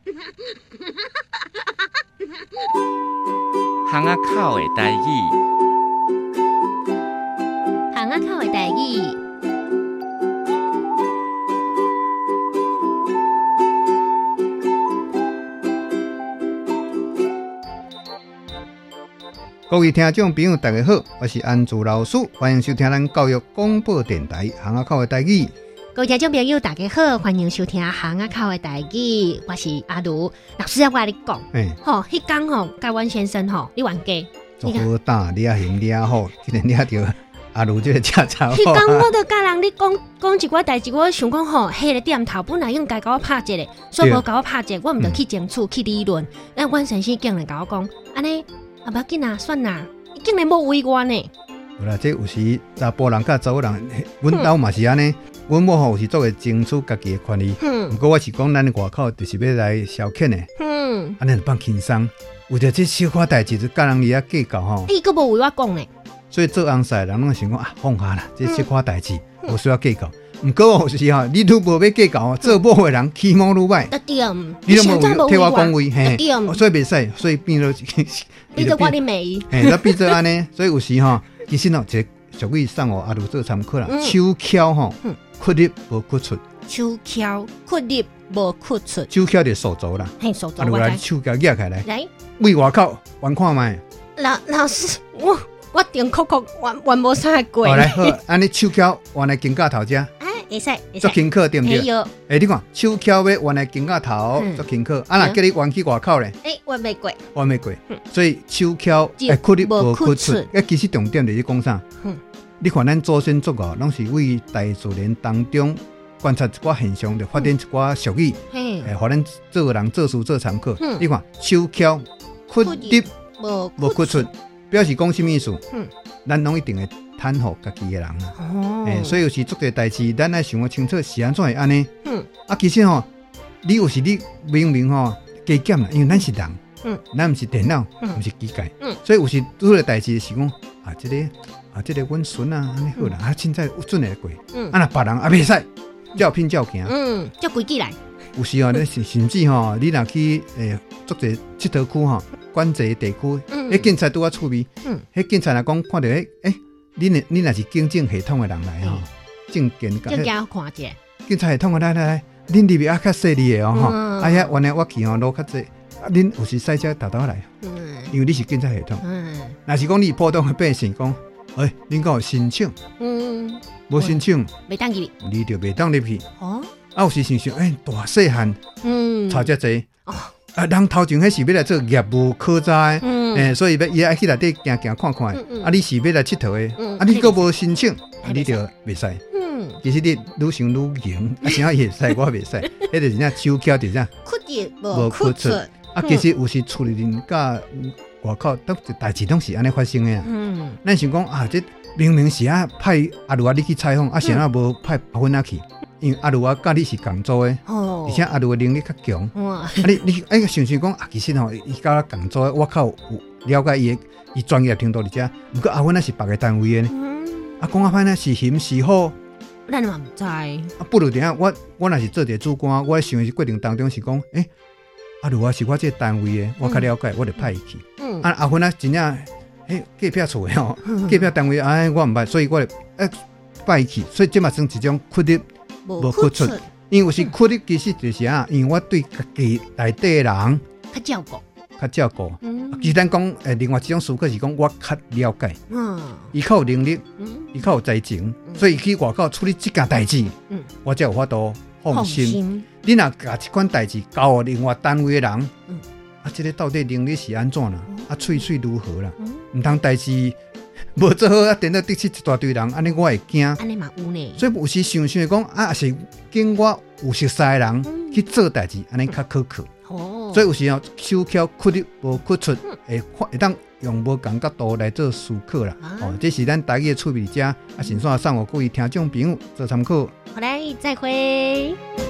巷仔口的台语， 巷仔口的台语。 各位听众朋友大家好，我是安祖老师，欢迎收听咱教育广播电台巷仔口的台语。 各位听众朋友大家好，欢迎收听巷仔口的台语，我是阿如老师。要我跟你讲，吼，迄天吼，台湾先生吼，你冤家， 做好打抓刑抓好，今天抓到阿如这个车查某。 迄天我都甲人你讲一寡代志，我想讲吼，迄个店头本来应该甲我拍一个，所以无甲我拍一个，我毋着去争取去理论。阮先生竟然甲我讲，安尼。啊，不要紧啊，算啦，伊竟然无为我呢。 有啦，这有时查甫人甲查某人，阮兜嘛是安尼。阮某吼有时做会争取家己的权利，不过我是讲咱外口就是要来消遣的，安尼就放轻松。为着这小可代志，就甲人伫遐计较吼。 伊佫无为我讲呢。 所以做翁婿人拢想讲啊，放下啦，这小可代志无需要计较。毋过有时吼，你愈无要计较，做某的人起毛愈歹。你都无替我讲话，嘿，所以袂使，所以变做。 变做我的美， 那变做安尼，所以有时吼，其实吼，一个俗语送我阿如做参考啦。手巧吼，缺入无缺出。 手巧缺入无缺出。 手巧就手肘啦， 嘿，手肘。 阿如来手巧举起来， 来， 为外口玩看卖。 老师，我顶哭哭，玩无啥过。 好来，好，安尼手巧玩来肩胛头遮。 会使， 做轻巧对不对？你看手巧要弯来肩胛头做轻巧，啊，若叫你弯去外口咧， 弯袂过， 弯袂过。所以手巧缺入无缺出。其实重点就是讲啥？你看咱祖先祖后，拢是为大自然当中观察一寡现象，就发展一寡俗语，互咱做人做事做参考。你看手巧缺入无缺出，表示讲什么意思？咱拢一定会袒护家己的人啊，所以有时做个代志，咱爱想清楚是安怎会安尼。其实吼，你有时你明明吼加减啦，因为咱是人，咱毋是电脑，毋是机械，所以有时做个代志是讲这个阮孙啊，安尼好啦，凊彩有准会过，若别人也袂使，照拼照行， 照规矩来。 有时吼，甚至吼，你若去做个佚佗区吼，管制地区，迄警察拄啊趣味，迄警察来讲看到你若是警政系统的人来吼，证件看一下。 警察系统的来，恁里面较细腻的哦吼，呀，原来我去吼路较济，恁有时使遮偷来，因为你是警察系统。若是讲你普通的百姓讲，恁敢有申请？无申请， 袂当入， 你就袂当入去。有时想想，大细汉，差遮济。人头前迄是要来做业务考察的，所以伊爱去内底行看看的。你是要来佚佗的，你佫无申请，你就袂使。其实你愈想愈赢，啥也会使，我袂使。迄就是啥手巧，就是啥缺入无缺出。 其实有时厝里人甲外口都代志拢是安尼发生的啊。咱想讲这明明是派阿如你去采访，是无派别份去。因为阿如甲你是共组的，而且阿如的能力较强。你想想讲，其实吼，伊甲我共组的，我较有了解伊专业程度伫遮。不过阿阮那是别个单位的呢。讲啊歹呢是嫌是好， 咱嘛毋知。 不如点啊，我若是做一个主管，我想的过程当中是讲，阿如是我这个单位的，我较了解，我就派伊去。阿芬啊，真正隔壁厝的吼，隔壁单位我毋捌，所以我就派伊去。所以这嘛算一种缺入。无缺出，因为有时缺入其实就是因为我对家己内底的人较照顾。 其实咱讲另外一种思考是讲我较了解，伊较有能力，伊较有才情，所以去外口处理这件代志，我才有法度放心。你若把这款代志交予另外单位的人，这个到底能力是安怎啦？喙如何啦？唔通代志。无做好等到得罪一大堆人，安尼我会惊。 安尼嘛有呢。 所以有时想想讲是经我有熟悉的人去做代志，安尼较可靠。所以有时手巧缺入无缺出，会当用无同角度来做思考啦。这是咱台语的趣味者，先送送互各位听众朋友做参考。 好嘞，再会。